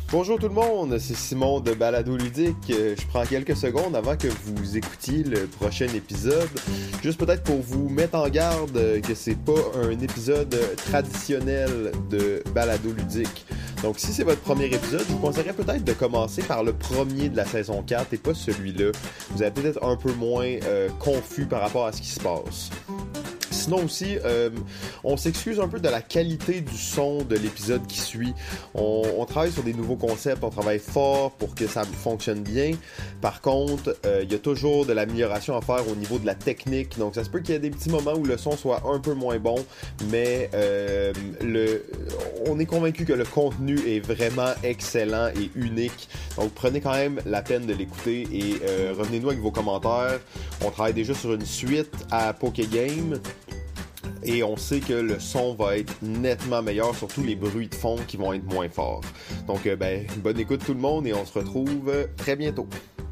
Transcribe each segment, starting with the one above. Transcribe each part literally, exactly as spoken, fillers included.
Bonjour tout le monde, c'est Simon de Balado Ludique. Je prends quelques secondes avant que vous écoutiez le prochain épisode, juste peut-être pour vous mettre en garde que c'est pas un épisode traditionnel de Balado Ludique. Donc si c'est votre premier épisode, je vous conseillerais peut-être de commencer par le premier de la saison quatre et pas celui-là. Vous allez peut-être être un peu moins euh, confus par rapport à ce qui se passe. Sinon aussi, euh, on s'excuse un peu de la qualité du son de l'épisode qui suit. On, on travaille sur des nouveaux concepts, on travaille fort pour que ça fonctionne bien. Par contre, il euh, y a toujours de l'amélioration à faire au niveau de la technique. Donc ça se peut qu'il y ait des petits moments où le son soit un peu moins bon, mais euh, le, on est convaincu que le contenu est vraiment excellent et unique. Donc prenez quand même la peine de l'écouter et euh, revenez-nous avec vos commentaires. On travaille déjà sur une suite à Pokégame. Et on sait que le son va être nettement meilleur, surtout les bruits de fond qui vont être moins forts. Donc, euh, ben, bonne écoute tout le monde et on se retrouve très bientôt.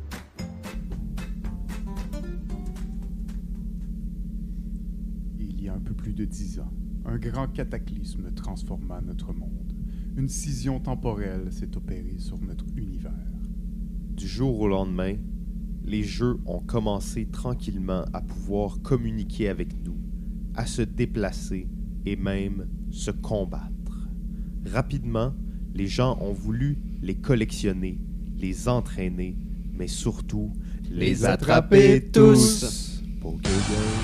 Il y a un peu plus de dix ans, un grand cataclysme transforma notre monde. Une scission temporelle s'est opérée sur notre univers. Du jour au lendemain, les jeux ont commencé tranquillement à pouvoir communiquer avec nous, à se déplacer et même se combattre. Rapidement, les gens ont voulu les collectionner, les entraîner, mais surtout les, les attraper, attraper tous. Pokégame.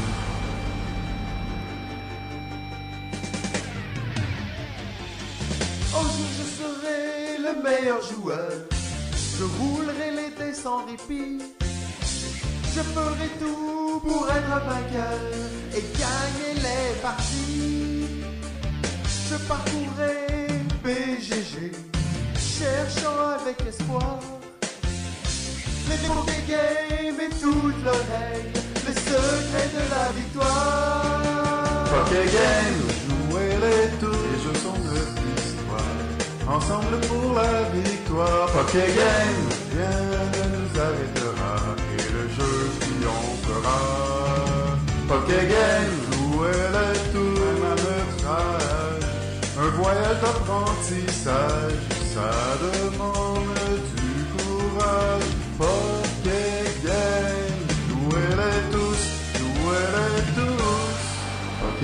Un jour je serai le meilleur joueur, je roulerai les dés sans répit. Je ferai tout pour être un vainqueur et gagner les parties. Je parcourrai B G G, cherchant avec espoir les Pokégames et toutes leurs règles, les secrets de la victoire. Pokégame, jouez-les tous, les jeux sont de l'histoire, ensemble pour la victoire. Pokégame, rien ne nous arrêtera. Pokégame, jouez-les tous, même à notre âge. Un voyage d'apprentissage, ça demande du courage. Pokégame, jouez-les tous, jouez-les tous.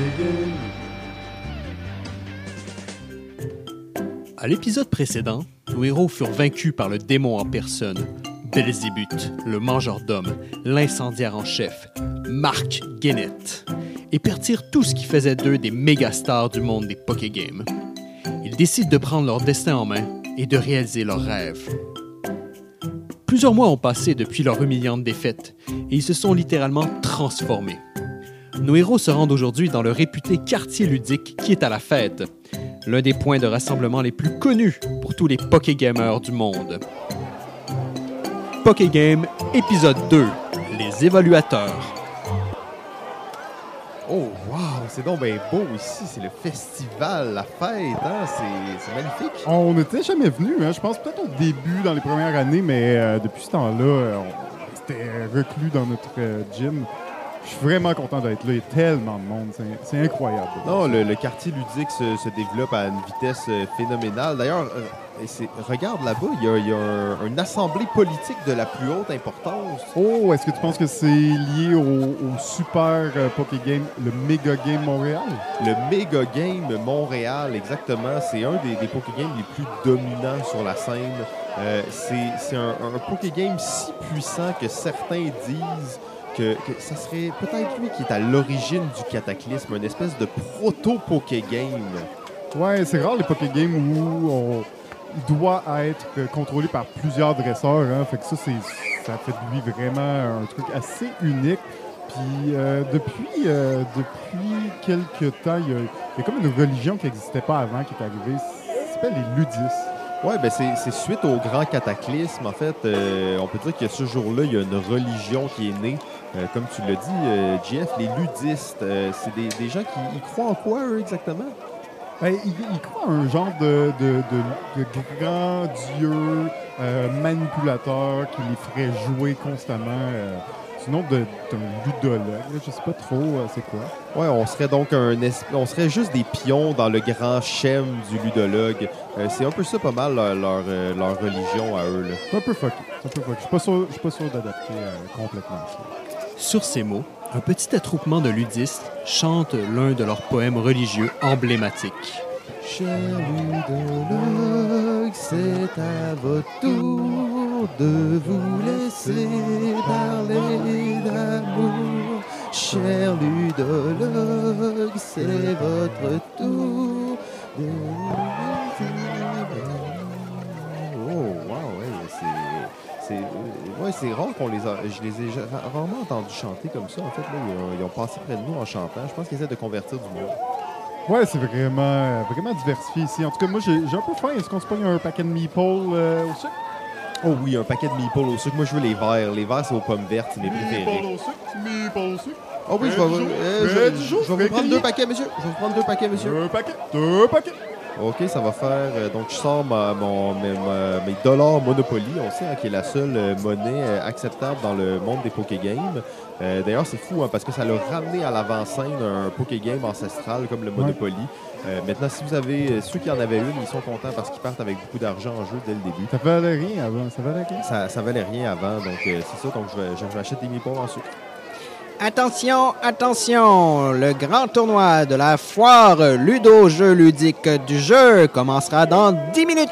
Pokégame. À l'épisode précédent, nos héros furent vaincus par le démon en personne, Belzébuth, le mangeur d'hommes, l'incendiaire en chef, Mark Gennett, et perdirent tout ce qui faisait d'eux des méga-stars du monde des Pokégames. Ils décident de prendre leur destin en main et de réaliser leurs rêves. Plusieurs mois ont passé depuis leur humiliante défaite et ils se sont littéralement transformés. Nos héros se rendent aujourd'hui dans le réputé quartier ludique qui est à la fête, l'un des points de rassemblement les plus connus pour tous les Pokégamers du monde. Pokégame, épisode deux, les évaluateurs. Oh, wow, c'est donc bien beau ici, c'est le festival, la fête, hein? c'est, c'est magnifique. On n'était jamais venu, hein? Je pense peut-être au début, dans les premières années, mais euh, depuis ce temps-là, euh, on s'était reclus dans notre euh, gym. Je suis vraiment content d'être là, il y a tellement de monde, c'est, c'est incroyable. Non, le, le quartier ludique se, se développe à une vitesse euh, phénoménale. D'ailleurs, euh, c'est, regarde là-bas, il y a, il y a un, une assemblée politique de la plus haute importance. Oh, est-ce que tu penses que c'est lié au, au super euh, Pokégame, le Mega Game Montréal? Le Mega Game Montréal, exactement. C'est un des, des Pokégames les plus dominants sur la scène. Euh, c'est, c'est un, un Pokégame si puissant que certains disent Que, que ça serait peut-être lui qui est à l'origine du cataclysme, une espèce de proto-Pokégame. Ouais, c'est rare les Pokégames où on doit être contrôlé par plusieurs dresseurs. Hein. Fait que ça, c'est, ça fait de lui vraiment un truc assez unique. Puis euh, depuis, euh, depuis quelques temps, il y, a, il y a comme une religion qui n'existait pas avant qui est arrivée. Ça s'appelle les ludistes. Oui, ben c'est, c'est suite au grand cataclysme. En fait, euh, on peut dire que ce jour-là, il y a une religion qui est née. Euh, comme tu l'as dit, euh, Jeff, les ludistes, euh, c'est des, des gens qui ils croient en quoi, eux, exactement? Ben, il, il croit à un genre de, de, de, de grand dieu euh, manipulateur qui les ferait jouer constamment. Euh, c'est le nom de- d'un ludologue. Là, je sais pas trop euh, c'est quoi. Ouais, on serait donc un es- on serait juste des pions dans le grand schème du ludologue. Euh, c'est un peu ça pas mal leur, leur, euh, leur religion à eux. Là. C'est un peu fucké. C'est un peu fucké. Je suis pas sûr, je suis pas sûr d'adapter euh, complètement ça. Sur ces mots, un petit attroupement de ludistes chante l'un de leurs poèmes religieux emblématiques. Cher ludologue, c'est à votre tour de vous laisser parler d'amour. Cher ludologue, c'est votre tour de vous laisser parler. Oh, wow, ouais, c'est... C'est, euh, ouais, c'est rare qu'on les a... Je les ai ja- rarement entendus chanter comme ça. En fait, là, ils ont, ils ont passé près de nous en chantant. Je pense qu'ils essaient de convertir du monde. Ouais, c'est vraiment, euh, vraiment diversifié ici. En tout cas, moi, j'ai j'ai un peu faim. Est-ce qu'on se pogne un paquet de meeples euh, au sucre? Oh oui, un paquet de meeples au sucre. Moi, je veux les verts. Les verts, c'est aux pommes vertes. C'est mes préférés. au sucre, meeples au sucre. Oh oui, je vais, euh, je, je- je vais vous prendre deux paquets, monsieur. Je vais vous prendre deux paquets, monsieur. Un paquet, deux paquets. OK, ça va faire... euh, donc, je sors ma, mon, mes, ma- mes dollars Monopoly, on sait, hein, qui est la seule euh, monnaie euh, acceptable dans le monde des Pokégames. Euh, D'ailleurs, c'est fou, hein, parce que ça l'a ramené à l'avant-scène un Pokégame ancestral comme le Monopoly. Euh, maintenant, si vous avez... euh, ceux qui en avaient une, ils sont contents parce qu'ils partent avec beaucoup d'argent en jeu dès le début. Ça valait rien avant, ça valait rien. Ça, ça valait rien avant, donc euh, c'est ça. Donc, je, vais- je, je m'achète des meeples en sucre. Attention, attention, le grand tournoi de la foire ludo-jeu ludique du jeu commencera dans dix minutes.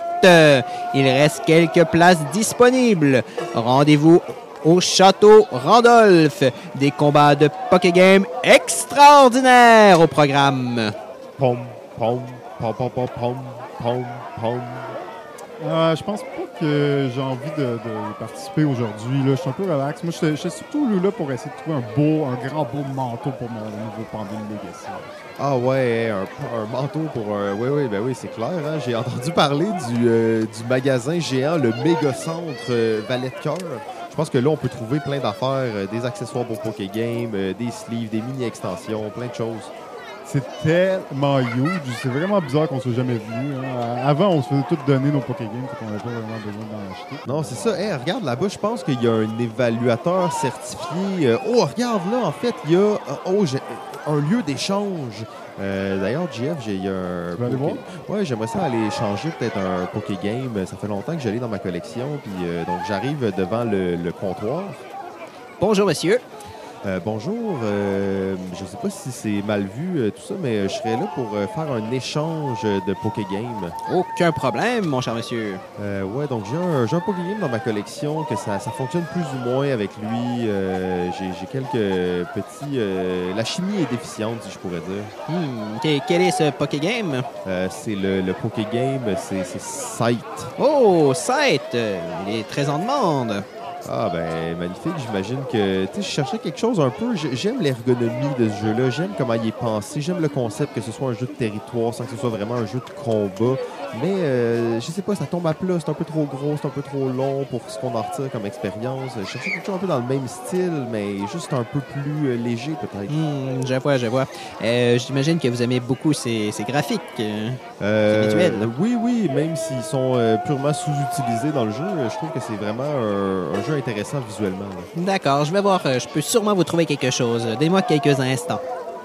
Il reste quelques places disponibles. Rendez-vous au château Randolph. Des combats de Pokégame extraordinaires au programme. Pom, pom, pom, pom, pom, pom, pom, pom. Euh, je pense pas que j'ai envie de, de participer aujourd'hui. Là. Je suis un peu relax. Moi, j'étais j'étais surtout là pour essayer de trouver un beau, un grand beau manteau pour mon nouveau Pandémie Legacy. Ah ouais, un, un manteau pour un... Oui, oui, ben oui, c'est clair. Hein? J'ai entendu parler du, euh, du magasin géant, le Mégacentre euh, Valet de Cœur. Je pense que là, on peut trouver plein d'affaires, euh, des accessoires pour Pokégame, euh, des sleeves, des mini-extensions, plein de choses. C'est tellement huge. C'est vraiment bizarre qu'on soit jamais venu. Hein. Avant, on se faisait tout donner nos Pokégames, donc on n'avait pas vraiment besoin d'en acheter. Non, c'est ça. Hey, regarde là-bas, je pense qu'il y a un évaluateur certifié. Euh, oh, regarde là, en fait, il y a euh, oh, j'ai- un lieu d'échange. Euh, D'ailleurs, J F, j'ai il y a un. Tu vas aller Poké- Ouais, j'aimerais ça aller échanger peut-être un Pokégame. Ça fait longtemps que je l'ai dans ma collection. Puis euh, donc, j'arrive devant le, le comptoir. Bonjour, monsieur. Euh, bonjour. euh, je sais pas si c'est mal vu, euh, tout ça, mais euh, je serais là pour euh, faire un échange de Pokégame. Aucun problème, mon cher monsieur. Euh, ouais, donc j'ai un, j'ai un Pokégame dans ma collection, que ça, ça fonctionne plus ou moins avec lui. Euh, j'ai j'ai quelques petits... euh, la chimie est déficiente, si je pourrais dire. Hmm, que- quel est ce Pokégame? Euh, c'est le, le Pokégame, c'est c'est Scythe. Oh, Scythe. Il est très en demande. Ah ben magnifique, j'imagine que tu sais, je cherchais quelque chose un peu, j'ai- j'aime l'ergonomie de ce jeu-là, j'aime comment il est pensé, j'aime le concept que ce soit un jeu de territoire sans que ce soit vraiment un jeu de combat, mais euh, je sais pas, ça tombe à plat, c'est un peu trop gros, c'est un peu trop long pour ce qu'on en retire comme expérience. Je cherchais quelque chose un peu dans le même style, mais juste un peu plus euh, léger peut-être. Hmm, je vois, je vois. Euh, J'imagine que vous aimez beaucoup ces, ces graphiques. euh. Euh, visuel. oui, oui, même s'ils sont euh, purement sous-utilisés dans le jeu, euh, je trouve que c'est vraiment un, un jeu intéressant visuellement. là. D'accord, je vais voir. euh, Je peux sûrement vous trouver quelque chose. Donnez-moi quelques instants.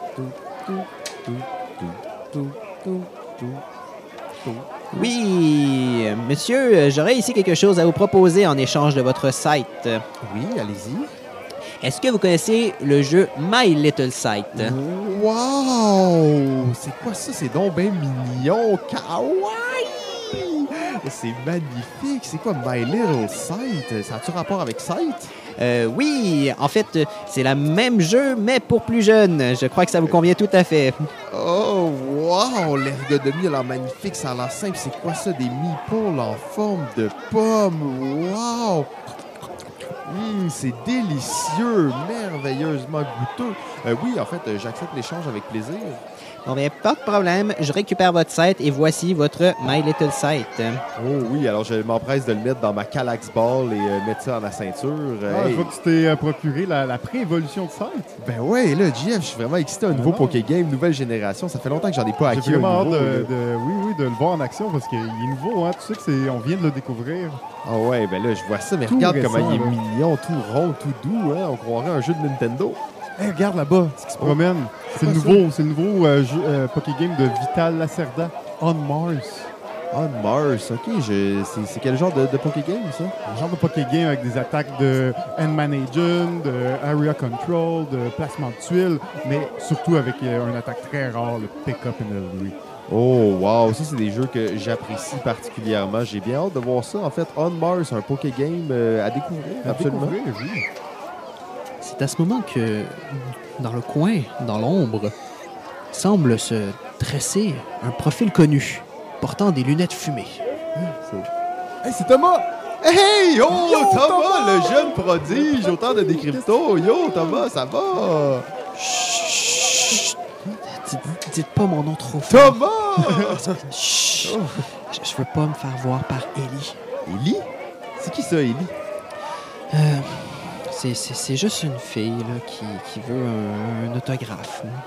Oui, euh, monsieur, euh, j'aurais ici quelque chose à vous proposer en échange de votre site. Oui, allez-y. Est-ce que vous connaissez le jeu My Little Site? Wow! C'est quoi ça? C'est donc bien mignon! Kawaii! C'est magnifique! C'est quoi My Little Site? Ça a-tu rapport avec Site? Euh, oui, en fait, euh, c'est le même jeu, mais pour plus jeunes. Je crois que ça vous convient tout à fait. Oh, wow! L'ergonomie a l'air magnifique, ça a l'air simple. C'est quoi ça? Des meeples en forme de pomme? Wow! Hum, c'est délicieux, merveilleusement goûteux. Euh, oui, en fait, euh, j'accepte l'échange avec plaisir. Bon, bien, pas de problème. Je récupère votre site et voici votre My Little Site. Oh oui, alors je m'empresse de le mettre dans ma Kallax Ball et euh, mettre ça à ma ceinture. Ah, Hey. je vois que tu t'es euh, procuré la, la pré-évolution de site. Ben ouais, là, J F, je suis vraiment excité. Un nouveau non. Pokégame, nouvelle génération. Ça fait longtemps que j'en ai pas J'ai acquis un vraiment hâte nouveau. de, là. de- oui, oui, de le voir en action parce qu'il est nouveau. Hein. Tu sais que c'est, on vient de le découvrir. Ah ouais, ben là, je vois ça, mais Tout regarde récent, comment il est là. mignon, tout rond, tout doux. Hein? On croirait un jeu de Nintendo. Hey, regarde là-bas, ce qui se promène. C'est le quoi nouveau, c'est le nouveau euh, jeu, euh, Pokégame de Vital Lacerda, On Mars. On Mars, ok. Je... C'est, c'est quel genre de, de Pokégame, ça? Un genre de Pokégame avec des attaques de Endman Agent, de Area Control, de placement de tuiles, mais surtout avec euh, une attaque très rare, le Pick-up and Delivery. Oh, wow. Ça, c'est des jeux que j'apprécie particulièrement. J'ai bien hâte de voir ça. En fait, On Mars, un Pokégame euh, à découvrir, À absolument. découvrir, oui. C'est à ce moment que, dans le coin, dans l'ombre, semble se dresser un profil connu, portant des lunettes fumées. Hey, c'est Thomas! Hey! Oh, Yo, Thomas, Thomas! le jeune prodige, auteur de Décrypto. Yo, Thomas, ça va? Chut! Dites, dites pas mon nom trop fort. Thomas! Chut! Je, je veux pas me faire voir par Ellie. Ellie? C'est qui ça, Ellie? Euh, c'est, c'est, c'est juste une fille là, qui, qui veut un, un autographe. hein.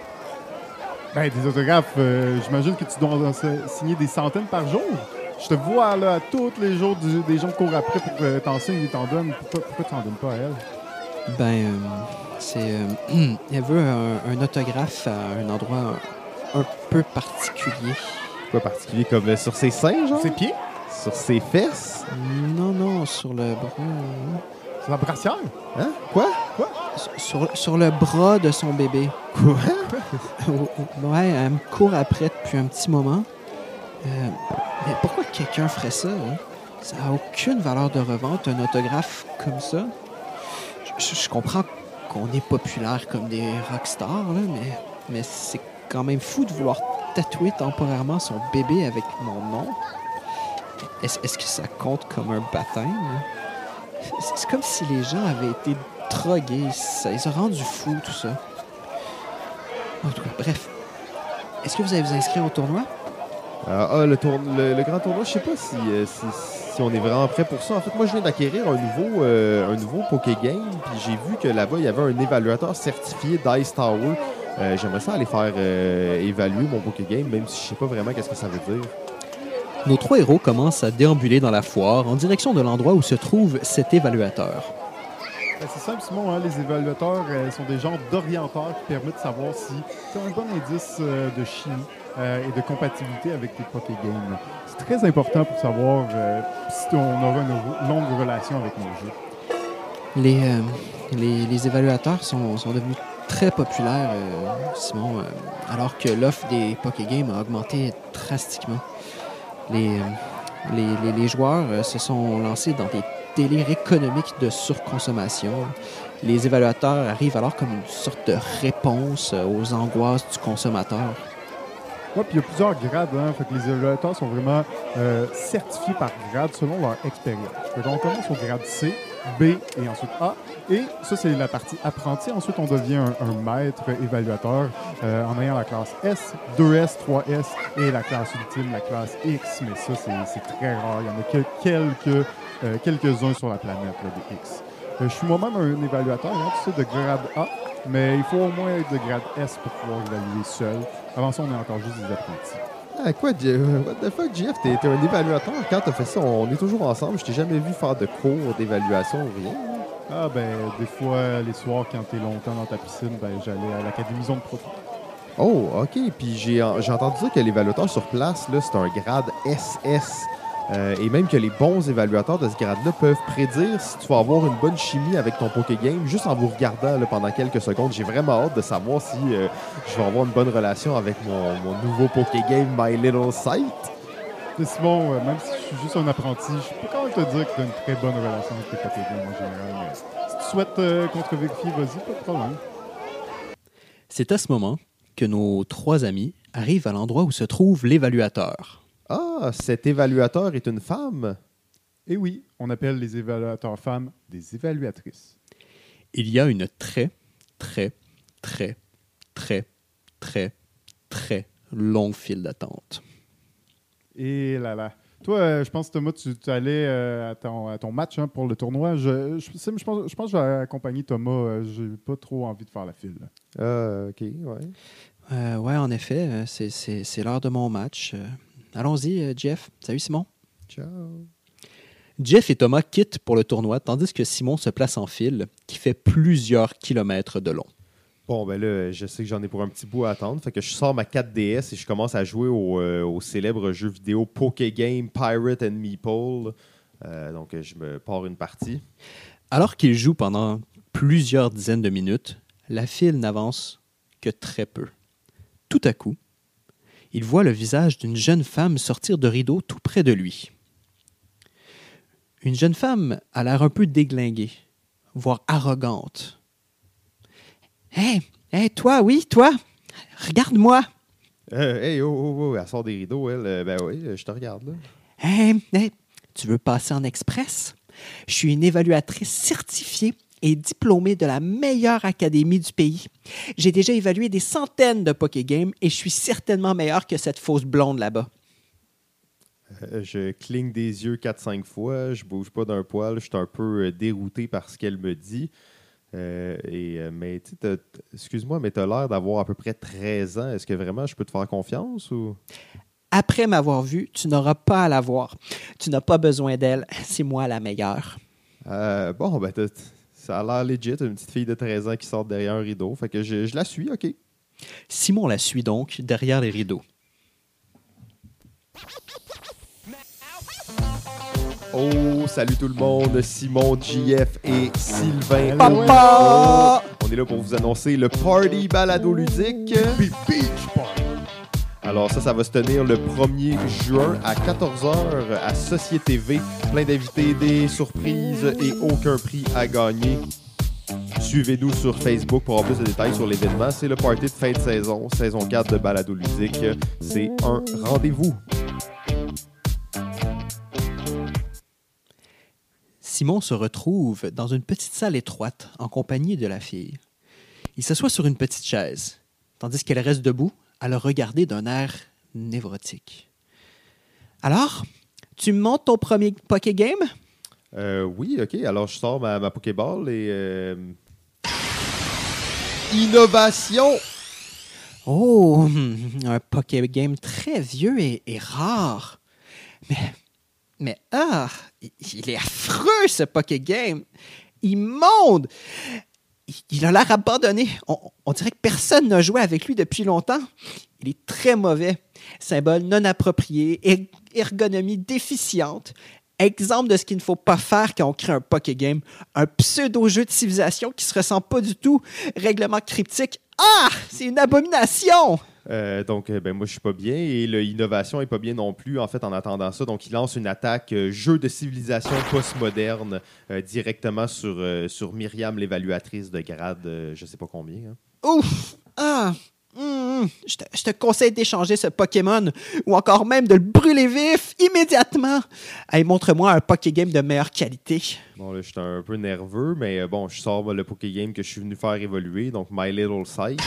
Ben, des autographes, euh, j'imagine que tu dois en s- signer des centaines par jour. Je te vois là, à tous les jours, du- des gens courent après pour que t'en signes et t'en donnes. Pourquoi, pourquoi tu n'en donnes pas à elle? Ben, euh, c'est. euh, elle veut un, un autographe à un endroit un, un peu particulier. Quoi particulier, comme euh, sur ses seins, genre? Ses pieds? Sur ses fesses? Non, non, sur le bras. C'est la brassière? Hein? Quoi? Sur, sur, sur le bras de son bébé. Quoi? Ouais, elle me court après depuis un petit moment. Euh, mais pourquoi quelqu'un ferait ça? hein? Ça n'a aucune valeur de revente, un autographe comme ça. Je, je- je comprends qu'on est populaire comme des rockstars, là, mais, mais c'est quand même fou de vouloir tatouer temporairement son bébé avec mon nom. Est-ce, est-ce que ça compte comme un baptême? C'est, c'est comme si les gens avaient été drogués. Ça les a rendus fous, tout ça. En tout cas, bref. Est-ce que vous allez vous inscrire au tournoi? Euh, ah, le, tour- le, le grand tournoi, je sais pas si, euh, si, si on est vraiment prêt pour ça. En fait, moi, je viens d'acquérir un nouveau, euh, un nouveau Pokégame, puis j'ai vu que là-bas, il y avait un évaluateur certifié d'Ice Tower. Euh, j'aimerais ça aller faire euh, évaluer mon Pokégame, même si je sais pas vraiment qu'est-ce que ça veut dire. Nos trois héros commencent à déambuler dans la foire en direction de l'endroit où se trouve cet évaluateur. Ben, c'est simple, Simon. Hein, les évaluateurs euh, sont des genres d'orienteurs qui permettent de savoir si tu as un bon indice euh, de chimie euh, et de compatibilité avec tes Pokégames. C'est très important pour savoir euh, si on aura une ro- longue relation avec nos jeux. Les, euh, les, les évaluateurs sont, sont devenus très populaires, euh, Simon, euh, alors que l'offre des Pokégames a augmenté drastiquement. Les, euh, les, les, les joueurs euh, se sont lancés dans des délires économiques de surconsommation. Les évaluateurs arrivent alors comme une sorte de réponse euh, aux angoisses du consommateur. Ouais, puis il y a plusieurs grades. Hein, fait que les évaluateurs sont vraiment euh, certifiés par grade selon leur expérience. Fait qu'on commence au grade C, B et ensuite A. Et ça, c'est la partie apprenti. Ensuite, on devient un, un maître évaluateur euh, en ayant la classe S, deux S, trois S et la classe ultime, la classe X. Mais ça, c'est, c'est très rare. Il y en a que quelques, euh, quelques-uns sur la planète, là, des X. Euh, je suis moi-même un évaluateur, hein, tu sais, de grade A, mais il faut au moins être de grade S pour pouvoir évaluer seul. Avant ça, on est encore juste des apprentis. Ah, quoi, J- what the fuck, Jeff? T'es, t'es un évaluateur. Quand t'as fait ça, on est toujours ensemble. Je t'ai jamais vu faire de cours d'évaluation ou rien. Ah ben, des fois, les soirs, quand t'es longtemps dans ta piscine, ben j'allais à l'Académie Zone Pro. Oh, OK. Puis j'ai, j'ai entendu dire que l'évaluateur sur place, là, c'est un grade S S. Euh, et même que les bons évaluateurs de ce grade-là peuvent prédire si tu vas avoir une bonne chimie avec ton Pokégame juste en vous regardant là, pendant quelques secondes. J'ai vraiment hâte de savoir si euh, je vais avoir une bonne relation avec mon, mon nouveau Pokégame My Little Sight. Mais Simon, euh, même si je suis juste un apprenti, je peux quand même te dire que tu as une très bonne relation avec tes Pokégames en général. Mais si tu souhaites euh, contre-vérifier, vas-y, pas de problème. C'est à ce moment que nos trois amis arrivent à l'endroit où se trouve l'évaluateur. Ah, cet évaluateur est une femme? Et oui, on appelle les évaluateurs femmes des évaluatrices. Il y a une très, très, très, très, très, très longue file d'attente. Et là là. Toi, euh, je pense, Thomas, tu, tu allais euh, à, ton, à ton match hein, pour le tournoi. Je, je, je, pense, je pense que je vais accompagner Thomas. Euh, j'ai pas trop envie de faire la file. Ah, euh, OK, ouais. Euh, ouais, en effet, euh, c'est, c'est, c'est l'heure de mon match. Euh, allons-y, euh, Jeff. Salut, Simon. Ciao. Jeff et Thomas quittent pour le tournoi, tandis que Simon se place en file, qui fait plusieurs kilomètres de long. Bon, ben là, je sais que j'en ai pour un petit bout à attendre. Fait que je sors ma quatre D S et je commence à jouer au, euh, au célèbre jeu vidéo Pokégame Pirate and Meeple. Euh, donc, je me pars une partie. Alors qu'il joue pendant plusieurs dizaines de minutes, la file n'avance que très peu. Tout à coup, il voit le visage d'une jeune femme sortir de rideau tout près de lui. Une jeune femme a l'air un peu déglinguée, voire arrogante. « Hé, hey, hey, toi, oui, toi, regarde-moi. Euh, hey, oh, oh, oh, elle sort des rideaux, elle. Euh, ben oui, je te regarde, là. Hey, hey, tu veux passer en express? Je suis une évaluatrice certifiée et diplômée de la meilleure académie du pays. J'ai déjà évalué des centaines de Pokégames et je suis certainement meilleure que cette fausse blonde là-bas. » Euh, je cligne des yeux quatre cinq fois, je bouge pas d'un poil, je suis un peu euh, dérouté par ce qu'elle me dit. Euh, et, euh, mais tu sais, excuse-moi, mais tu as l'air d'avoir à peu près treize ans. Est-ce que vraiment je peux te faire confiance ou? Après m'avoir vu, tu n'auras pas à la voir. Tu n'as pas besoin d'elle. C'est moi la meilleure. Euh, bon, ben, t'as, ça a l'air legit, une petite fille de treize ans qui sort derrière un rideau. Fait que je, je la suis, OK. Simon la suit donc derrière les rideaux. Oh, salut tout le monde, Simon, J F et Sylvain. Papa! On est là pour vous annoncer le Party Balado Ludique. Alors ça, ça va se tenir le premier juin à quatorze heures à Société V. Plein d'invités, des surprises et aucun prix à gagner. Suivez-nous sur Facebook pour avoir plus de détails sur l'événement. C'est le party de fin de saison, saison quatre de Balado Ludique. C'est un rendez-vous. Simon se retrouve dans une petite salle étroite en compagnie de la fille. Il s'assoit sur une petite chaise, tandis qu'elle reste debout à le regarder d'un air névrotique. « Alors, tu me montres ton premier Pokégame? » Euh, oui, OK. Alors, je sors ma, ma Pokéball et... Euh... Innovation! Oh, un Pokégame très vieux et, et rare. Mais... Mais ah, il est affreux, ce Pokégame. Immonde. Il a l'air abandonné. On, on dirait que personne n'a joué avec lui depuis longtemps. Il est très mauvais. Symbole non approprié, er- ergonomie déficiente. Exemple de ce qu'il ne faut pas faire quand on crée un Pokégame. Un pseudo-jeu de civilisation qui se ressent pas du tout. Règlement cryptique. Ah, c'est une abomination. Euh, donc, ben, moi, je suis pas bien et l'innovation est pas bien non plus, en fait, en attendant ça. Donc, il lance une attaque euh, jeu de civilisation postmoderne euh, directement sur, euh, sur Myriam, l'évaluatrice de grade, euh, je sais pas combien. Hein. Ouf! Ah! Mmh, je, te, je te conseille d'échanger ce Pokémon ou encore même de le brûler vif immédiatement. Hey, montre-moi un Pokégame de meilleure qualité. Bon, là, je suis un peu nerveux, mais euh, bon, je sors moi, le Pokégame que je suis venu faire évoluer, donc My Little Sight.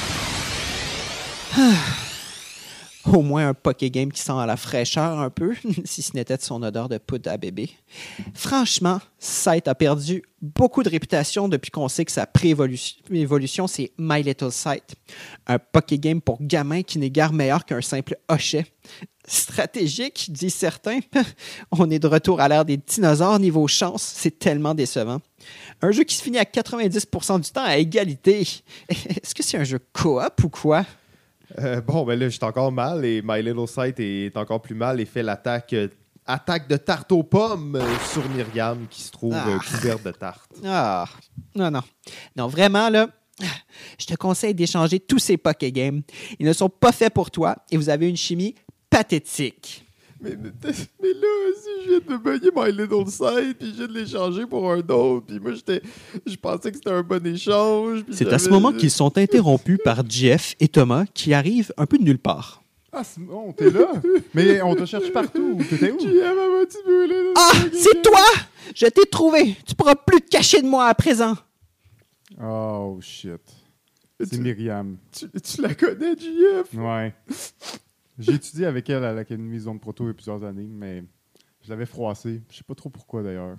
Au moins un Pokégame qui sent à la fraîcheur un peu, si ce n'était de son odeur de poudre à bébé. Franchement, Scythe a perdu beaucoup de réputation depuis qu'on sait que sa pré-évolution, c'est My Little Scythe. Un Pokégame pour gamin qui n'est guère meilleur qu'un simple hochet. Stratégique, disent certains. On est de retour à l'ère des dinosaures niveau chance. C'est tellement décevant. Un jeu qui se finit à quatre-vingt-dix pour cent du temps à égalité. Est-ce que c'est un jeu coop ou quoi? Euh, bon, ben là, j'étais encore mal et My Little Sight est encore plus mal et fait l'attaque euh, attaque de tarte aux pommes euh, sur Myriam qui se trouve Ah. euh, couverte de tarte. Ah, non, non. Non, vraiment, là, je te conseille d'échanger tous ces Pokégames. Ils ne sont pas faits pour toi et vous avez une chimie pathétique. Mais, mais, mais là, si je viens de baigner My Little Sight puis je viens de l'échanger pour un autre, puis moi, j'étais, je pensais que c'était un bon échange. puis C'est à ce j'avais- moment qu'ils sont interrompus par Jeff et Thomas qui arrivent un peu de nulle part. Ah, Simon, t'es là? Mais on te cherche partout. T'étais où? J F m'a dit brûler. Ah, c'est toi! Je t'ai trouvé. Tu pourras plus te cacher de moi à présent. Oh, shit. C'est Tu- Myriam. Tu, tu la connais, J F? Ouais. J'ai étudié avec elle à l'Académie Zone Proto il y a plusieurs années, mais je l'avais froissée. Je sais pas trop pourquoi, d'ailleurs.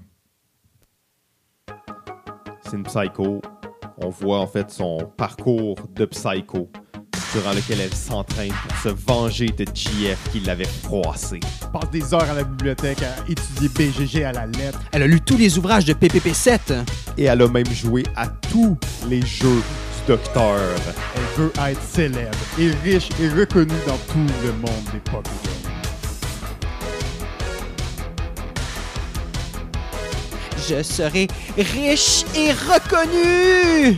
C'est une psycho. On voit en fait son parcours de psycho, durant lequel elle s'entraîne pour se venger de J F qui l'avait froissé. Je passe des heures à la bibliothèque à étudier B G G à la lettre. Elle a lu tous les ouvrages de P P P sept. Et elle a même joué à tous les jeux du Docteur. Elle veut être célèbre et riche et reconnue dans tout le monde des Pokémon. Je serai riche et reconnu.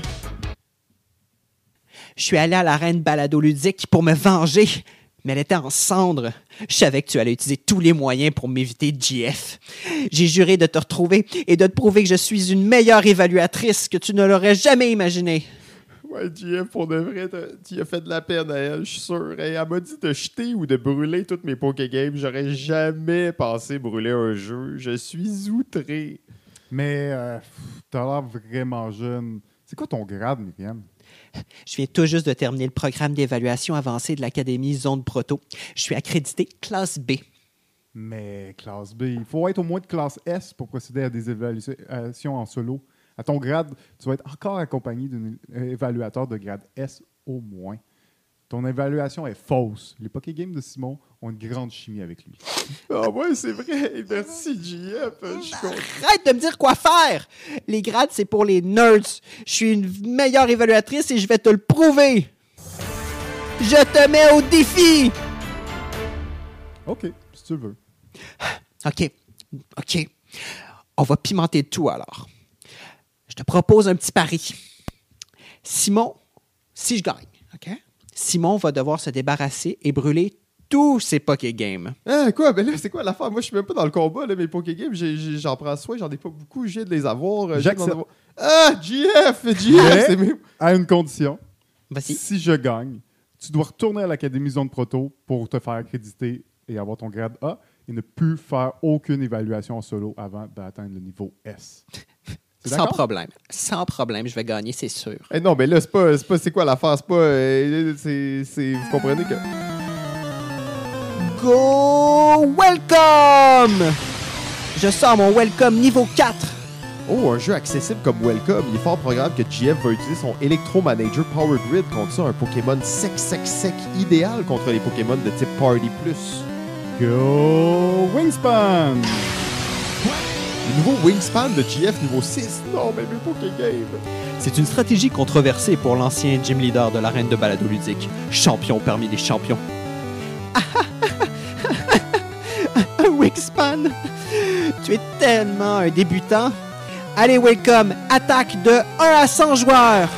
Je suis allé à la reine balado-ludique pour me venger, mais elle était en cendres. Je savais que tu allais utiliser tous les moyens pour m'éviter J F. J'ai juré de te retrouver et de te prouver que je suis une meilleure évaluatrice que tu ne l'aurais jamais imaginé. Ouais, J F, pour de vrai, tu as fait de la peine à elle, je suis sûr. Et elle m'a dit de jeter ou de brûler toutes mes Pokégames. J'aurais jamais pensé brûler un jeu. Je suis outré. Mais euh, pff, t'as l'air vraiment jeune. C'est quoi ton grade, Myriam? Je viens tout juste de terminer le programme d'évaluation avancée de l'Académie Zone Proto. Je suis accrédité classe B. Mais classe B, il faut être au moins de classe S pour procéder à des évaluations en solo. À ton grade, tu vas être encore accompagné d'un évaluateur de grade S au moins. Ton évaluation est fausse. Les Pokégames de Simon ont une grande chimie avec lui. Ah ouais, c'est vrai. Merci, J F. Je suis content. Arrête de me dire quoi faire! Les grades, c'est pour les nerds. Je suis une meilleure évaluatrice et je vais te le prouver! Je te mets au défi! OK, si tu veux. OK. OK. On va pimenter le tout, alors. Je te propose un petit pari. Simon, si je gagne, OK? Simon va devoir se débarrasser et brûler tous ses Pokégames. Ah, quoi? Ben là, c'est quoi l'affaire? Moi, je suis même pas dans le combat, là, mes Pokégames. J'ai- j'ai- J'en prends soin, j'en ai pas beaucoup. J'ai de les avoir. euh, j'ai d'en J'accepte. avoir. Ah, J F! J F, Mais- c'est même... À une condition, Vas-y. si je gagne, tu dois retourner à l'Académie Zone Proto pour te faire accréditer et avoir ton grade A et ne plus faire aucune évaluation en solo avant d'atteindre le niveau S. C'est Sans d'accord? problème. Sans problème, je vais gagner, c'est sûr. Eh non, mais là, c'est pas, c'est pas c'est quoi l'affaire? C'est pas... euh, c'est, c'est, vous comprenez que... Go Welcome! Je sors mon Welcome niveau quatre. Oh, un jeu accessible comme Welcome. Il est fort probable que J F va utiliser son Electro Manager Power Grid contre ça, un Pokémon sec, sec, sec, idéal contre les Pokémon de type Party Plus. Go Wingspan! Le nouveau Wingspan de J F niveau six. Non, mais mes Pokégames. C'est une stratégie controversée pour l'ancien gym leader de l'arène de balado ludique, champion parmi les champions. Un Wingspan! Tu es tellement un débutant! Allez, Welcome! Attaque de un à cent joueurs!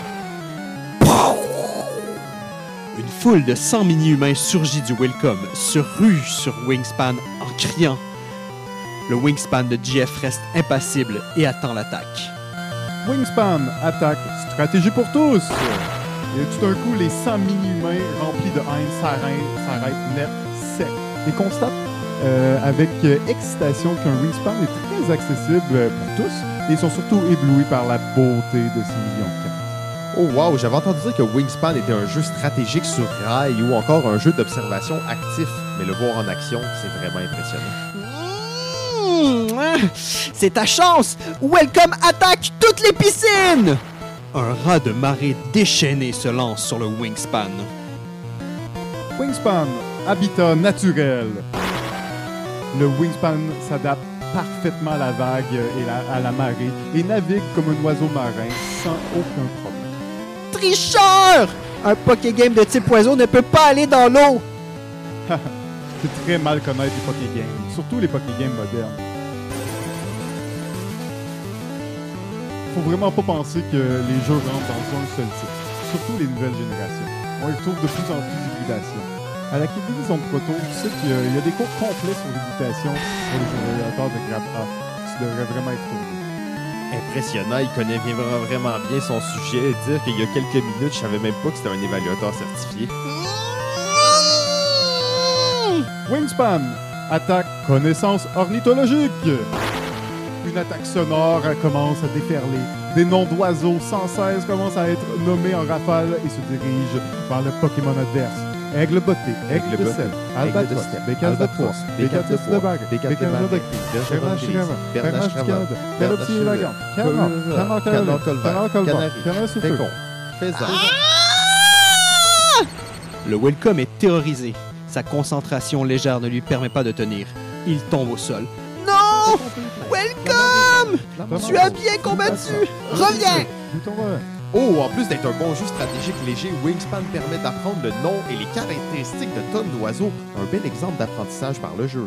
Une foule de cent mini-humains surgit du Welcome, se rue sur Wingspan en criant. Le Wingspan de J F reste impassible et attend l'attaque. Wingspan, attaque, stratégie pour tous! Et tout d'un coup, les cent mini-humains remplis de haine s'arrêtent, s'arrêtent net, sec. Et constate euh, avec euh, excitation qu'un Wingspan est très accessible euh, pour tous et ils sont surtout éblouis par la beauté de ces millions de cartes. Oh wow, j'avais entendu dire que Wingspan était un jeu stratégique sur rail ou encore un jeu d'observation actif. Mais le voir en action, c'est vraiment impressionnant. Mmh, c'est ta chance! Welcome attaque toutes les piscines! Un raz de marée déchaîné se lance sur le Wingspan. Wingspan, habitat naturel. Le Wingspan s'adapte parfaitement à la vague et la- à la marée et navigue comme un oiseau marin sans aucun problème. Tricheur! Un Pokégame de type oiseau ne peut pas aller dans l'eau! C'est très mal connaître les Pokégames, surtout les Pokégames modernes. Faut vraiment pas penser que les jeux rentrent dans un seul type, surtout les nouvelles générations. On y retrouve de plus en plus d'hybridations. À l'Académie Zone Proto, tu sais qu'il y a- il y a des cours complets sur l'hybridation pour les évaluateurs de grade A. Tu devrais vraiment être tourné. Impressionnant, il connaît vraiment, vraiment bien son sujet. Dire qu'il y a quelques minutes, je savais même pas que c'était un évaluateur certifié. Wingspan, attaque connaissance ornithologique. Une attaque sonore commence à déferler. Des noms d'oiseaux sans cesse commencent à être nommés en rafale et se dirigent vers le Pokémon adverse. Aigle botté, aigle, Aigle de botté, sel, aigle albatros, de steppe, bécasse de albatros, proie, bécasse de bécasse de proie, bague, bécasse de bécasse de bague, bague, berge bernache grise, chigama, bernache bernache cravate, chigama, bernache perrotti chigama, élégant, canard, bernache canard canard canard colvert, canard colvert, canari, canard souffleux. fécon, faisan. Le Welcome est terrorisé. Sa concentration légère ne lui permet pas de tenir. Il tombe au sol. Non! Welcome! Tu as bien combattu! Reviens! Bouton vert. Oh, en plus d'être un bon jeu stratégique léger, Wingspan permet d'apprendre le nom et les caractéristiques de tonnes d'oiseaux. Un bel exemple d'apprentissage par le jeu.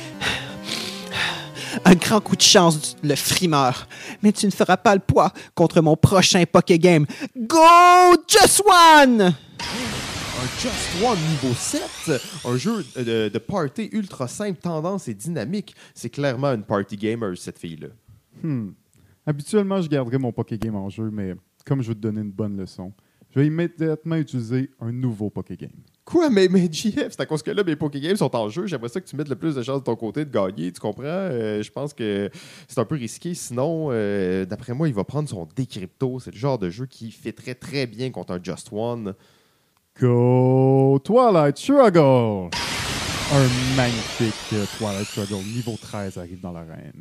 Un grand coup de chance, le frimeur. Mais tu ne feras pas le poids contre mon prochain Pokégame. Go Just One! Un Just One niveau sept, un jeu de, de party ultra simple, tendance et dynamique. C'est clairement une party gamer, cette fille-là. Hmm. Habituellement, je garderais mon Pokégame en jeu, mais comme je veux te donner une bonne leçon, je vais immédiatement utiliser un nouveau Pokégame. Quoi? Mais, mais J F, c'est à cause que là, mes Pokégames sont en jeu. J'aimerais ça que tu mettes le plus de chances de ton côté de gagner. Tu comprends? Euh, je pense que c'est un peu risqué. Sinon, euh, d'après moi, il va prendre son Décrypto. C'est le genre de jeu qui fitterait très bien contre un Just One. Go Twilight Struggle! Un magnifique euh, Twilight Struggle niveau treize arrive dans l'arène.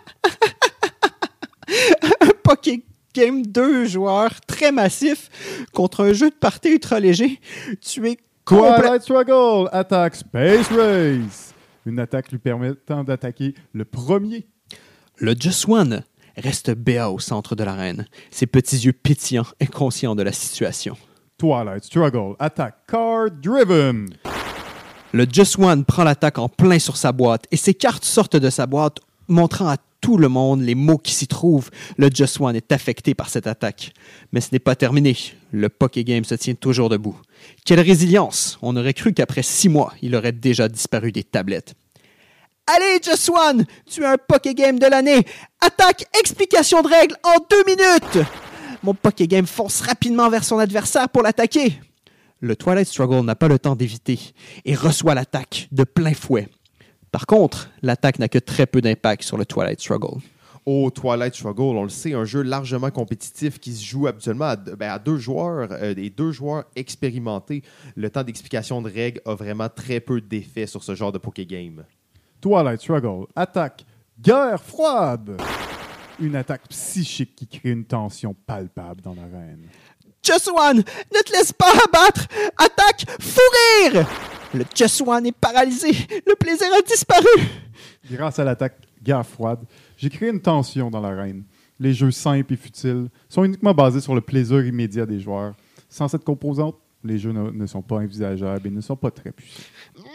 Un Pokégame deux joueurs très massif contre un jeu de party ultra léger. Tu es complètement... Twilight Struggle attaque Space Race! Une attaque lui permettant d'attaquer le premier. Le Just One reste béat au centre de l'arène, ses petits yeux pétillants et conscients de la situation. Twilight Struggle attaque Card Driven! Le Just One prend l'attaque en plein sur sa boîte et ses cartes sortent de sa boîte, montrant à tout le monde les mots qui s'y trouvent. Le Just One est affecté par cette attaque. Mais ce n'est pas terminé. Le Pokégame se tient toujours debout. Quelle résilience! On aurait cru qu'après six mois, il aurait déjà disparu des tablettes. Allez, Just One! Tu es un Pokégame de l'année! Attaque, explication de règles en deux minutes! Mon Pokégame fonce rapidement vers son adversaire pour l'attaquer. Le Twilight Struggle n'a pas le temps d'éviter et reçoit l'attaque de plein fouet. Par contre, l'attaque n'a que très peu d'impact sur le Twilight Struggle. Oh, Twilight Struggle, on le sait, un jeu largement compétitif qui se joue habituellement à, ben, à deux joueurs, euh, et deux joueurs expérimentés. Le temps d'explication de règles a vraiment très peu d'effet sur ce genre de Pokégame. Twilight Struggle attaque Guerre froide! Une attaque psychique qui crée une tension palpable dans l'arène. Just One, ne te laisse pas abattre! Attaque, fou rire! Le Just One est paralysé. Le plaisir a disparu. Grâce à l'attaque Guerre froide, j'ai créé une tension dans l'arène. Les jeux simples et futiles sont uniquement basés sur le plaisir immédiat des joueurs. Sans cette composante, les jeux ne, ne sont pas envisageables et ne sont pas très puissants.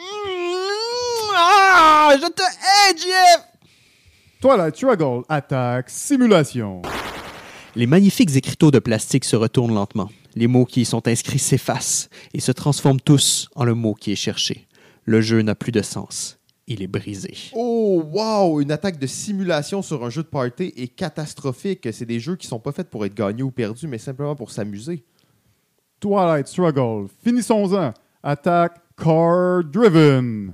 Mmh, ah, je te hais, J F! Twilight Struggle attaque Simulation. Les magnifiques écriteaux de plastique se retournent lentement. Les mots qui y sont inscrits s'effacent et se transforment tous en le mot qui est cherché. Le jeu n'a plus de sens. Il est brisé. Oh, wow! Une attaque de simulation sur un jeu de party est catastrophique. C'est des jeux qui sont pas faits pour être gagnés ou perdus, mais simplement pour s'amuser. Twilight Struggle, finissons-en. Attaque Card Driven.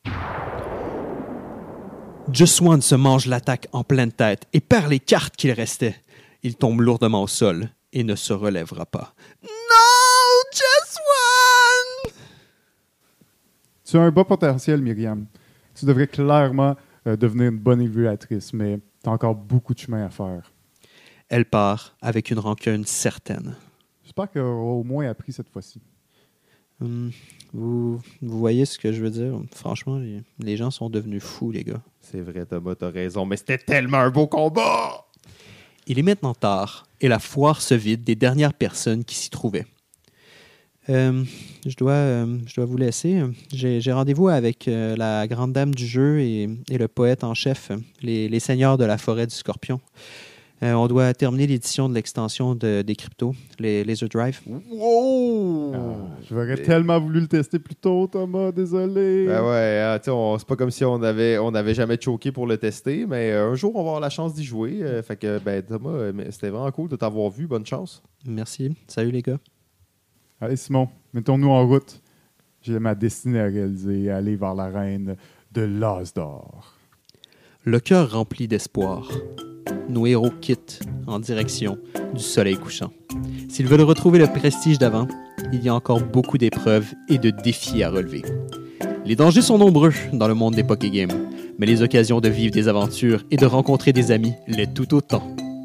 Just One se mange l'attaque en pleine tête et perd les cartes qu'il restait. Il tombe lourdement au sol et ne se relèvera pas. Non, Just One! Tu as un bas potentiel, Myriam. Tu devrais clairement euh, devenir une bonne évaluatrice, mais tu as encore beaucoup de chemin à faire. Elle part avec une rancune certaine. J'espère qu'elle aura au moins appris cette fois-ci. Hum, vous, vous voyez ce que je veux dire? Franchement, les, les gens sont devenus fous, les gars. C'est vrai, Thomas, t'as raison, mais c'était tellement un beau combat! Il est maintenant tard et la foire se vide des dernières personnes qui s'y trouvaient. Euh, je, dois, euh, je dois vous laisser. J'ai, j'ai rendez-vous avec euh, la grande dame du jeu et, et le poète en chef, les, les seigneurs de la forêt du Scorpion. Euh, on doit terminer l'édition de l'extension de, des cryptos, les Laser Drive. Wow! Ah, j'aurais tellement voulu le tester plus tôt, Thomas, désolé. Ben ouais, hein, t'sais, on- c'est pas comme si on avait, on avait jamais choqué pour le tester, mais euh, un jour, on va avoir la chance d'y jouer. euh, fait que, ben, Thomas, euh, mais c'était vraiment cool de t'avoir vu. Bonne chance. Merci. Salut, les gars. Allez, Simon, mettons-nous en route. j'ai ma destinée à réaliser, à aller vers la reine de l'As d'or. Le cœur rempli d'espoir, nos héros quittent en direction du soleil couchant. S'ils veulent retrouver le prestige d'avant, il y a encore beaucoup d'épreuves et de défis à relever. Les dangers sont nombreux dans le monde des Poké Games, mais les occasions de vivre des aventures et de rencontrer des amis l'est tout autant.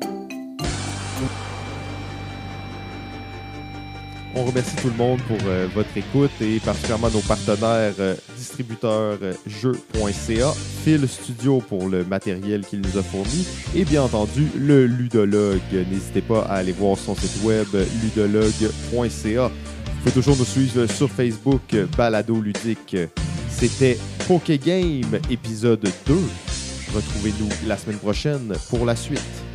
On remercie tout le monde pour euh, votre écoute et particulièrement nos partenaires euh, distributeurs euh, jeux point c a, Phil Studio pour le matériel qu'il nous a fourni et bien entendu le Ludologue. N'hésitez pas à aller voir son site web ludologue point c a. Vous pouvez toujours nous suivre sur Facebook, Balado Ludique. C'était Poké Game épisode deux. Retrouvez-nous la semaine prochaine pour la suite.